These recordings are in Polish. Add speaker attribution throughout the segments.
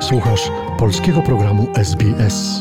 Speaker 1: Słuchasz polskiego programu SBS.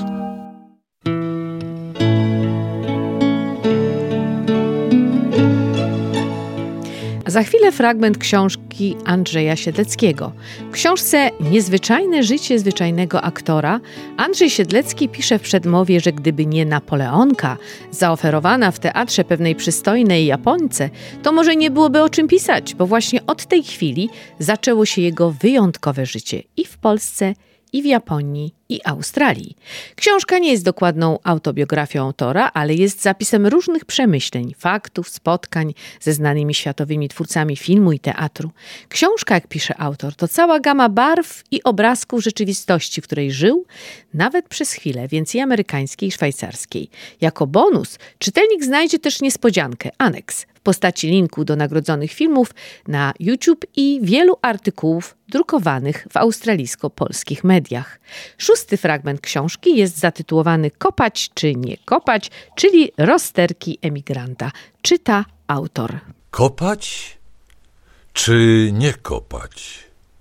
Speaker 2: Za chwilę fragment książki Andrzeja Siedleckiego. W książce Niezwyczajne życie zwyczajnego aktora Andrzej Siedlecki pisze w przedmowie, że gdyby nie Napoleonka zaoferowana w teatrze pewnej przystojnej Japońce, to może nie byłoby o czym pisać, bo właśnie od tej chwili zaczęło się jego wyjątkowe życie i w Polsce, i w Japonii, i Australii. Książka nie jest dokładną autobiografią autora, ale jest zapisem różnych przemyśleń, faktów, spotkań ze znanymi światowymi twórcami filmu i teatru. Książka, jak pisze autor, to cała gama barw i obrazków rzeczywistości, w której żył, nawet przez chwilę, więc i amerykańskiej, i szwajcarskiej. Jako bonus czytelnik znajdzie też niespodziankę, aneks, w postaci linku do nagrodzonych filmów na YouTube i wielu artykułów drukowanych w australijsko-polskich mediach. 6. fragment książki jest zatytułowany Kopać czy nie kopać, czyli rozterki emigranta. Czyta autor.
Speaker 3: Kopać czy nie kopać?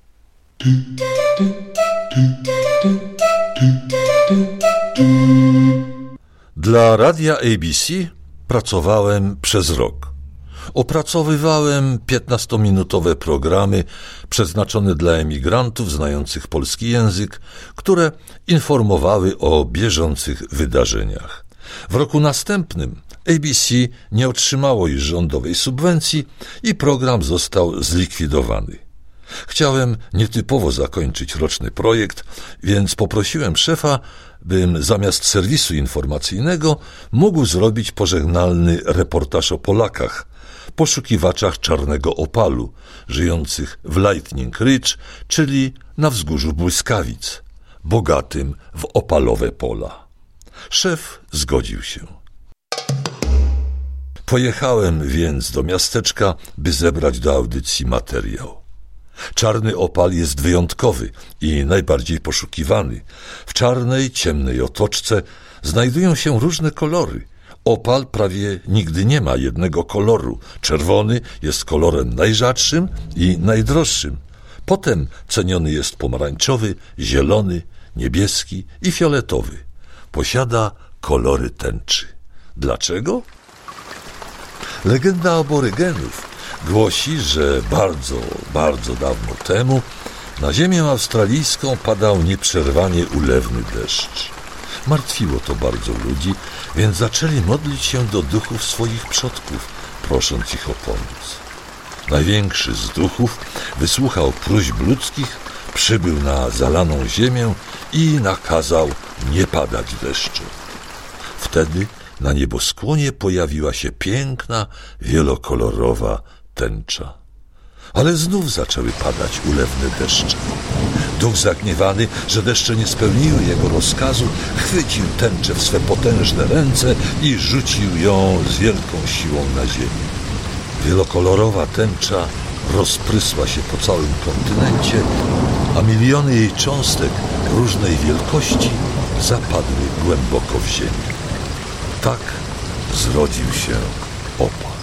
Speaker 3: Dla radia ABC pracowałem przez rok. Opracowywałem 15-minutowe programy przeznaczone dla emigrantów znających polski język, które informowały o bieżących wydarzeniach. W roku następnym ABC nie otrzymało już rządowej subwencji i program został zlikwidowany. Chciałem nietypowo zakończyć roczny projekt, więc poprosiłem szefa, bym zamiast serwisu informacyjnego mógł zrobić pożegnalny reportaż o Polakach, poszukiwaczach czarnego opalu, żyjących w Lightning Ridge, czyli na wzgórzu błyskawic, bogatym w opalowe pola. Szef zgodził się. Pojechałem więc do miasteczka, by zebrać do audycji materiał. Czarny opal jest wyjątkowy i najbardziej poszukiwany. W czarnej, ciemnej otoczce znajdują się różne kolory. Opal prawie nigdy nie ma jednego koloru. Czerwony jest kolorem najrzadszym i najdroższym. Potem ceniony jest pomarańczowy, zielony, niebieski i fioletowy. Posiada kolory tęczy. Dlaczego? Legenda aborygenów głosi, że bardzo, bardzo dawno temu na ziemię australijską padał nieprzerwanie ulewny deszcz. Martwiło to bardzo ludzi, więc zaczęli modlić się do duchów swoich przodków, prosząc ich o pomoc. Największy z duchów wysłuchał próśb ludzkich, przybył na zalaną ziemię i nakazał nie padać deszczu. Wtedy na nieboskłonie pojawiła się piękna, wielokolorowa tęcza. Ale znów zaczęły padać ulewne deszcze. Duch zagniewany, że deszcze nie spełniły jego rozkazu, chwycił tęczę w swe potężne ręce i rzucił ją z wielką siłą na ziemię. Wielokolorowa tęcza rozprysła się po całym kontynencie, a miliony jej cząstek różnej wielkości zapadły głęboko w ziemię. Tak zrodził się opal.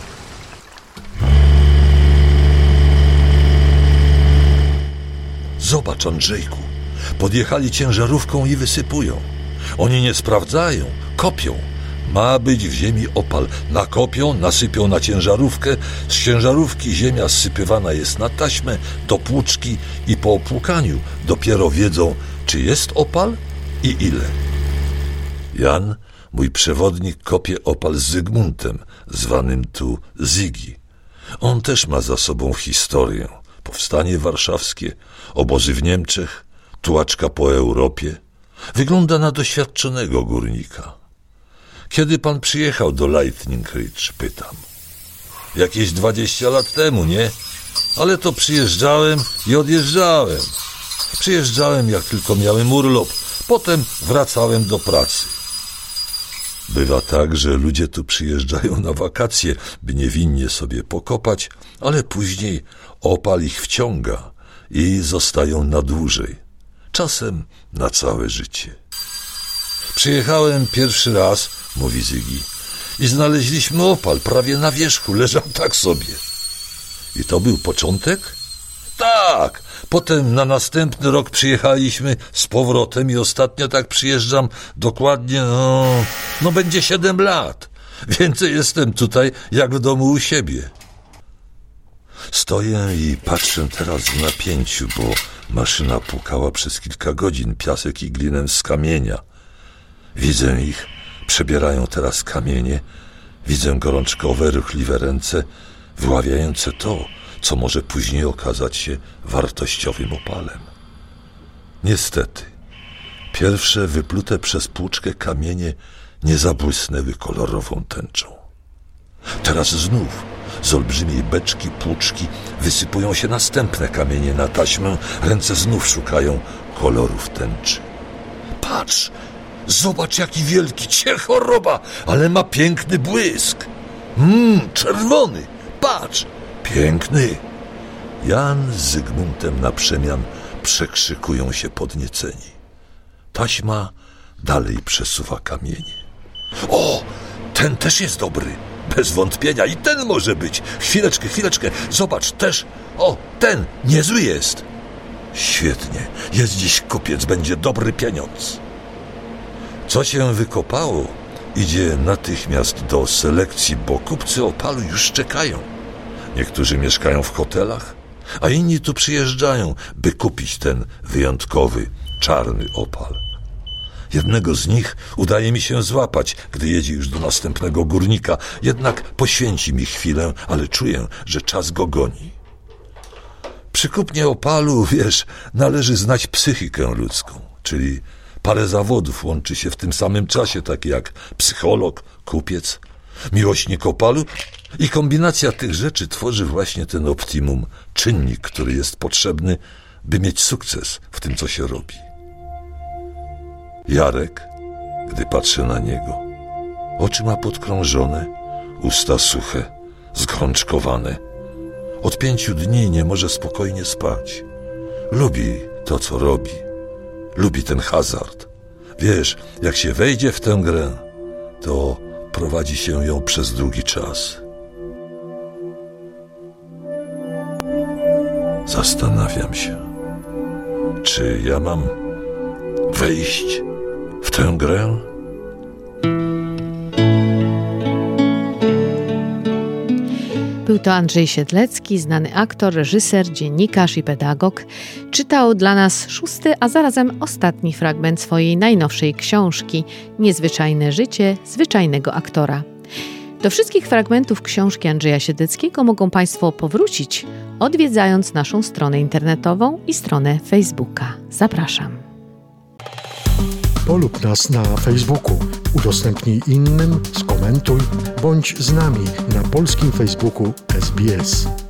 Speaker 3: Zobacz, Andrzejku, podjechali ciężarówką i wysypują. Oni nie sprawdzają, kopią. Ma być w ziemi opal. Nakopią, nasypią na ciężarówkę. Z ciężarówki ziemia zsypywana jest na taśmę, do płuczki i po opłukaniu dopiero wiedzą, czy jest opal i ile. Jan, mój przewodnik, kopie opal z Zygmuntem, zwanym tu Zygi. On też ma za sobą historię. Powstanie warszawskie, obozy w Niemczech, tułaczka po Europie. Wygląda na doświadczonego górnika. Kiedy pan przyjechał do Lightning Ridge, pytam. Jakieś 20 lat temu, nie? Ale to przyjeżdżałem i odjeżdżałem. Przyjeżdżałem, jak tylko miałem urlop. Potem wracałem do pracy. Bywa tak, że ludzie tu przyjeżdżają na wakacje, by niewinnie sobie pokopać, ale później opal ich wciąga i zostają na dłużej. Czasem na całe życie. Przyjechałem pierwszy raz, mówi Zygi, i znaleźliśmy opal prawie na wierzchu, leżał tak sobie. I to był początek? Tak, Tak, potem na następny rok przyjechaliśmy z powrotem i ostatnio tak przyjeżdżam dokładnie, będzie 7 lat. Więcej jestem tutaj jak w domu u siebie. Stoję i patrzę teraz w napięciu, bo maszyna płukała przez kilka godzin piasek i glinę z kamienia. Widzę ich, przebierają teraz kamienie, widzę gorączkowe, ruchliwe ręce, wyławiające to, co może później okazać się wartościowym opalem. Niestety, pierwsze wyplute przez płuczkę kamienie nie zabłysnęły kolorową tęczą. Teraz znów z olbrzymiej beczki płuczki wysypują się następne kamienie na taśmę, ręce znów szukają kolorów tęczy. Patrz, zobacz jaki wielki, cię choroba, ale ma piękny błysk. Czerwony, patrz, piękny. Jan z Zygmuntem na przemian przekrzykują się podnieceni. Taśma dalej przesuwa kamienie. O, ten też jest dobry. Bez wątpienia i ten może być. Chwileczkę, zobacz, też. O, ten, niezły jest. Świetnie, jest dziś kupiec, będzie dobry pieniądz. Co się wykopało, idzie natychmiast do selekcji, bo kupcy opalu już czekają. Niektórzy mieszkają w hotelach, a inni tu przyjeżdżają, by kupić ten wyjątkowy, czarny opal. Jednego z nich udaje mi się złapać, gdy jedzie już do następnego górnika. Jednak poświęci mi chwilę, ale czuję, że czas go goni. Przy kupnie opalu, wiesz, należy znać psychikę ludzką, czyli parę zawodów łączy się w tym samym czasie, takie jak psycholog, kupiec, miłośnik opalu i kombinacja tych rzeczy tworzy właśnie ten optimum, czynnik, który jest potrzebny, by mieć sukces w tym, co się robi. Jarek, gdy patrzę na niego, oczy ma podkrążone, usta suche, zgorączkowane. Od 5 dni nie może spokojnie spać. Lubi to, co robi. Lubi ten hazard. Wiesz, jak się wejdzie w tę grę, to prowadzi się ją przez długi czas. Zastanawiam się, czy ja mam wejść w tę grę?
Speaker 2: Był to Andrzej Siedlecki, znany aktor, reżyser, dziennikarz i pedagog. Czytał dla nas 6., a zarazem ostatni fragment swojej najnowszej książki Niezwyczajne życie zwyczajnego aktora. Do wszystkich fragmentów książki Andrzeja Siedleckiego mogą Państwo powrócić, odwiedzając naszą stronę internetową i stronę Facebooka. Zapraszam.
Speaker 1: Polub nas na Facebooku, udostępnij innym, skomentuj, bądź z nami na polskim Facebooku SBS.